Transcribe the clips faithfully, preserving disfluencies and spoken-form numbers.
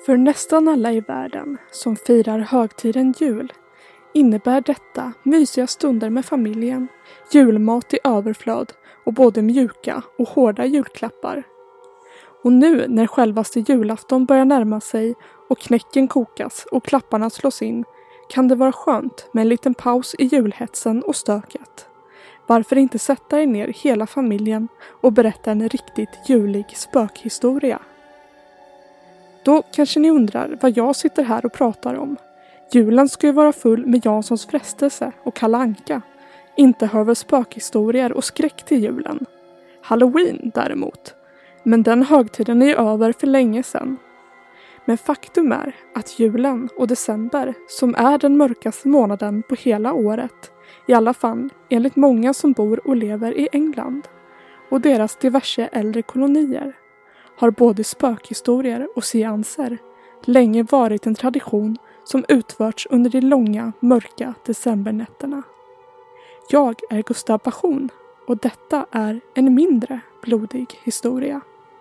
För nästan alla i världen som firar högtiden jul innebär detta mysiga stunder med familjen, julmat i överflöd och både mjuka och hårda julklappar. Och nu när självaste julafton börjar närma sig och knäcken kokas och klapparna slås in kan det vara skönt med en liten paus i julhetsen och stöket. Varför inte sätta er ner hela familjen och berätta en riktigt julig spökhistoria? Då kanske ni undrar vad jag sitter här och pratar om. Julen ska ju vara full med Janssons frestelse och Kalle Anka. Inte hör väl spökhistorier och skräck till julen. Halloween däremot. Men den högtiden är ju över för länge sedan. Men faktum är att julen och december, som är den mörkaste månaden på hela året, i alla fall enligt många som bor och lever i England och deras diverse äldre kolonier, har både spökhistorier och seanser länge varit en tradition som utförts under de långa, mörka decembernätterna. Jag är Gustav Passion och detta är en mindre blodig historia.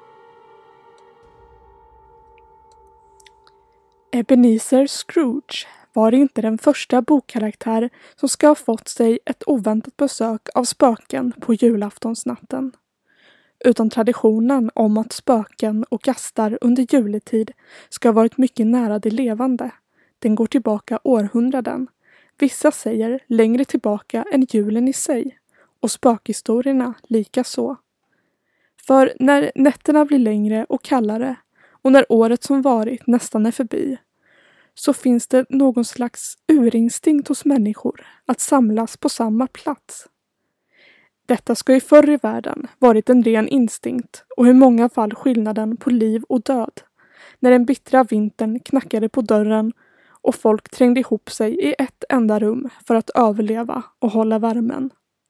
Ebenezer Scrooge var inte den första bokkaraktär som ska ha fått sig ett oväntat besök av spöken på julaftonsnatten. Utan traditionen om att spöken och gastar under juletid ska ha varit mycket nära det levande. Den går tillbaka århundraden. Vissa säger längre tillbaka än julen i sig. Och spökhistorierna lika så. För när nätterna blir längre och kallare och när året som varit nästan är förbi, så finns det någon slags urinstinkt hos människor att samlas på samma plats. Detta ska i förr i världen varit en ren instinkt och i många fall skillnaden på liv och död. När den bittra vintern knackade på dörren och folk trängde ihop sig i ett enda rum för att överleva och hålla värmen.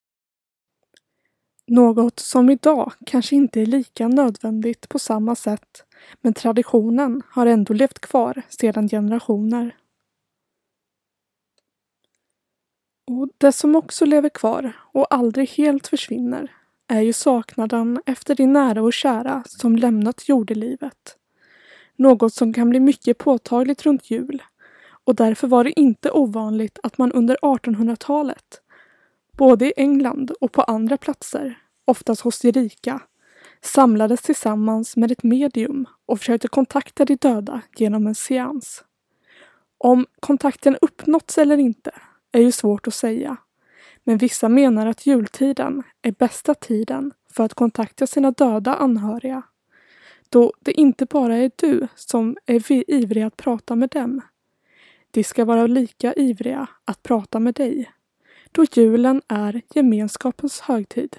Något som idag kanske inte är lika nödvändigt på samma sätt, men traditionen har ändå levt kvar sedan generationer. Och det som också lever kvar och aldrig helt försvinner är ju saknaden efter de nära och kära som lämnat jordelivet. Något som kan bli mycket påtagligt runt jul, och därför var det inte ovanligt att man under artonhundratalet, både i England och på andra platser, oftast hos de rika, samlades tillsammans med ett medium och försökte kontakta de döda genom en seans. Om kontakten uppnåtts eller inte är ju svårt att säga, men vissa menar att jultiden är bästa tiden för att kontakta sina döda anhöriga, då det inte bara är du som är ivrig att prata med dem. De ska vara lika ivriga att prata med dig, då julen är gemenskapens högtid.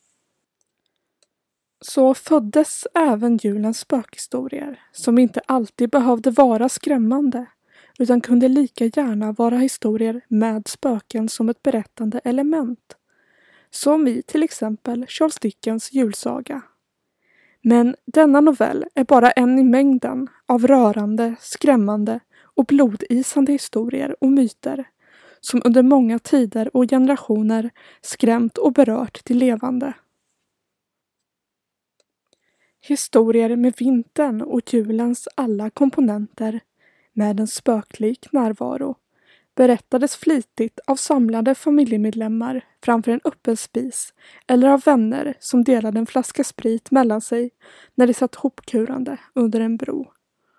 Så föddes även julens spökhistorier, som inte alltid behövde vara skrämmande, utan kunde lika gärna vara historier med spöken som ett berättande element. Som i till exempel Charles Dickens julsaga. Men denna novell är bara en i mängden av rörande, skrämmande och blodisande historier och myter som under många tider och generationer skrämt och berört de levande. Historier med vintern och julens alla komponenter med en spöklik närvaro berättades flitigt av samlade familjemedlemmar framför en öppen spis eller av vänner som delade en flaska sprit mellan sig när de satt hopkurande under en bro.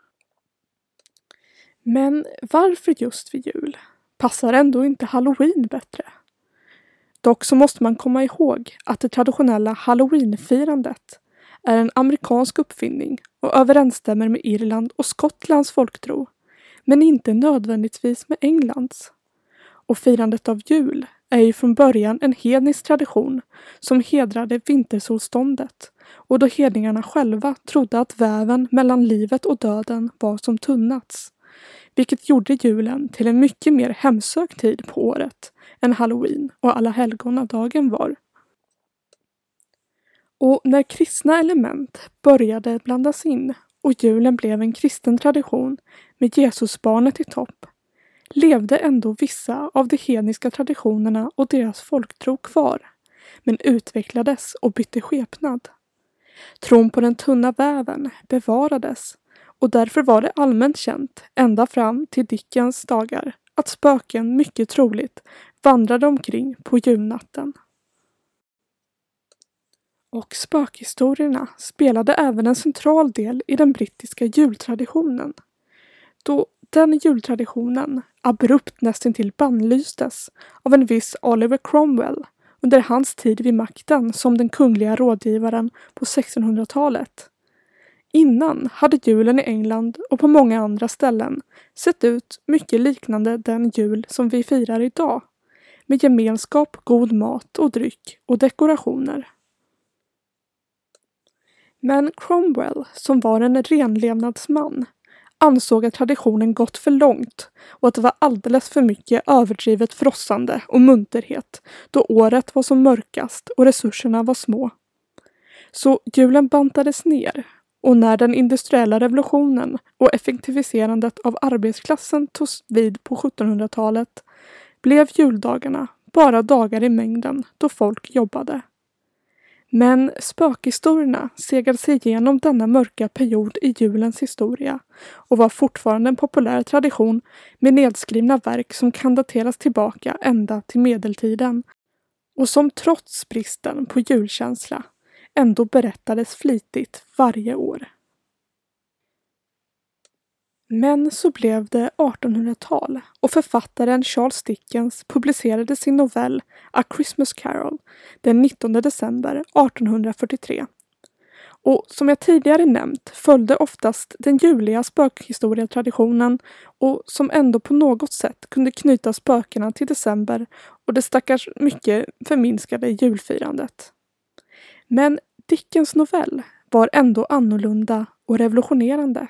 Men varför just vid jul? Passar ändå inte Halloween bättre? Dock så måste man komma ihåg att det traditionella Halloweenfirandet är en amerikansk uppfinning och överensstämmer med Irland och Skottlands folktro, men inte nödvändigtvis med Englands. Och firandet av jul är ju från början en hednisk tradition som hedrade vintersolståndet, och då hedningarna själva trodde att väven mellan livet och döden var som tunnats, vilket gjorde julen till en mycket mer hemsökt tid på året än Halloween och alla helgonadagen var. Och när kristna element började blandas in och julen blev en kristen tradition med Jesusbarnet i topp, levde ändå vissa av de hedniska traditionerna och deras folktro kvar, men utvecklades och bytte skepnad. Tron på den tunna väven bevarades och därför var det allmänt känt ända fram till Dickens dagar att spöken mycket troligt vandrade omkring på julnatten. Och spökhistorierna spelade även en central del i den brittiska jultraditionen. Då den jultraditionen abrupt nästintill bannlystes av en viss Oliver Cromwell under hans tid vid makten som den kungliga rådgivaren på sextonhundratalet. Innan hade julen i England och på många andra ställen sett ut mycket liknande den jul som vi firar idag, med gemenskap, god mat och dryck och dekorationer. Men Cromwell, som var en renlevnadsman, ansåg att traditionen gått för långt och att det var alldeles för mycket överdrivet frossande och munterhet då året var som mörkast och resurserna var små. Så julen bantades ner, och när den industriella revolutionen och effektiviserandet av arbetsklassen togs vid på sjuttonhundratalet blev juldagarna bara dagar i mängden då folk jobbade. Men spökhistorierna segade sig igenom denna mörka period i julens historia och var fortfarande en populär tradition med nedskrivna verk som kan dateras tillbaka ända till medeltiden och som trots bristen på julkänsla ändå berättades flitigt varje år. Men så blev det artonhundratal och författaren Charles Dickens publicerade sin novell A Christmas Carol den nittonde december artonhundrafyrtiotre. Och som jag tidigare nämnt följde oftast den juliga spökhistorietraditionen och som ändå på något sätt kunde knyta spökena till december och det stackars mycket förminskade julfirandet. Men Dickens novell var ändå annorlunda och revolutionerande.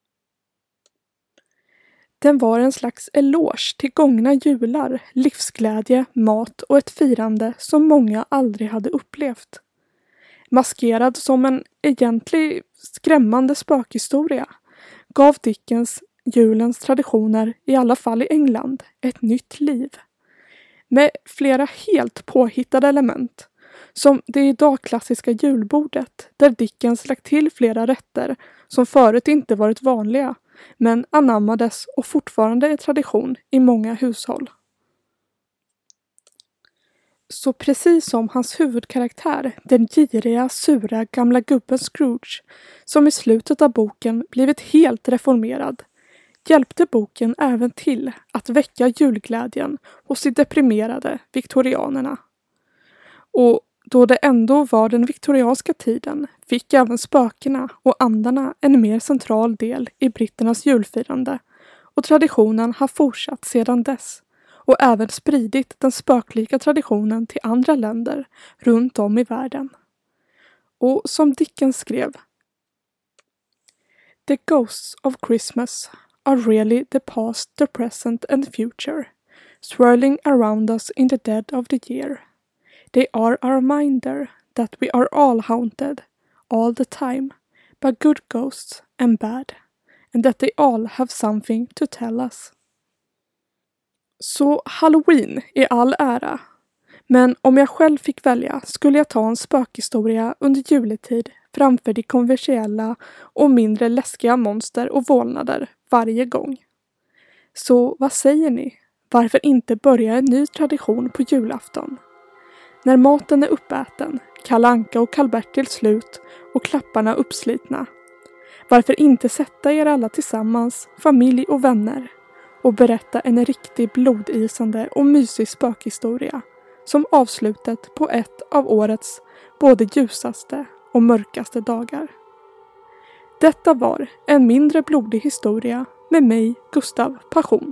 Den var en slags eloge till gångna jular, livsglädje, mat och ett firande som många aldrig hade upplevt. Maskerad som en egentlig skrämmande spökhistoria gav Dickens julens traditioner, i alla fall i England, ett nytt liv. Med flera helt påhittade element, som det idag klassiska julbordet där Dickens lagt till flera rätter som förut inte varit vanliga men anammades och fortfarande är tradition i många hushåll. Så precis som hans huvudkaraktär, den giriga, sura gamla gubben Scrooge, som i slutet av boken blivit helt reformerad, hjälpte boken även till att väcka julglädjen hos de deprimerade viktorianerna. Och då det ändå var den viktorianska tiden fick även spökena och andarna en mer central del i britternas julfirande och traditionen har fortsatt sedan dess och även spridit den spöklika traditionen till andra länder runt om i världen. Och som Dickens skrev: The ghosts of Christmas are really the past, the present and the future, swirling around us in the dead of the year. They are a reminder that we are all haunted, all the time, by good ghosts and bad, and that they all have something to tell us. Så Halloween i all ära, men om jag själv fick välja skulle jag ta en spökhistoria under juletid framför de konventionella och mindre läskiga monster och vålnader varje gång. Så vad säger ni? Varför inte börja en ny tradition på julafton? När maten är uppäten, Kalle Anka och Karl-Bertil slut och klapparna uppslitna. Varför inte sätta er alla tillsammans, familj och vänner, och berätta en riktig blodisande och mysig spökhistoria som avslutet på ett av årets både ljusaste och mörkaste dagar. Detta var en mindre blodig historia med mig, Gustav Passion.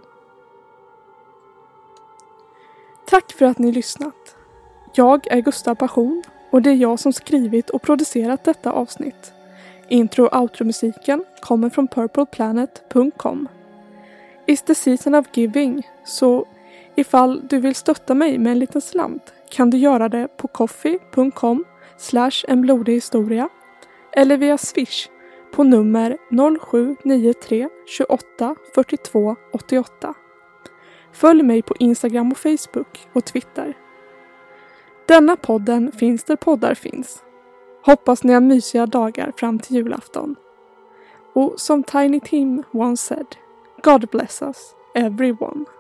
Tack för att ni lyssnat. Jag är Gustav Passion och det är jag som skrivit och producerat detta avsnitt. Intro- och outro-musiken kommer från purple planet punkt com. It's the season of giving, så ifall du vill stötta mig med en liten slant kan du göra det på coffee punkt com slash en blodig historia eller via Swish på nummer noll sju nio tre tjugoåtta fyrtiotvå åttioåtta. Följ mig på Instagram och Facebook och Twitter. Denna podden finns där poddar finns. Hoppas ni har mysiga dagar fram till julafton. Och som Tiny Tim once said, God bless us, everyone.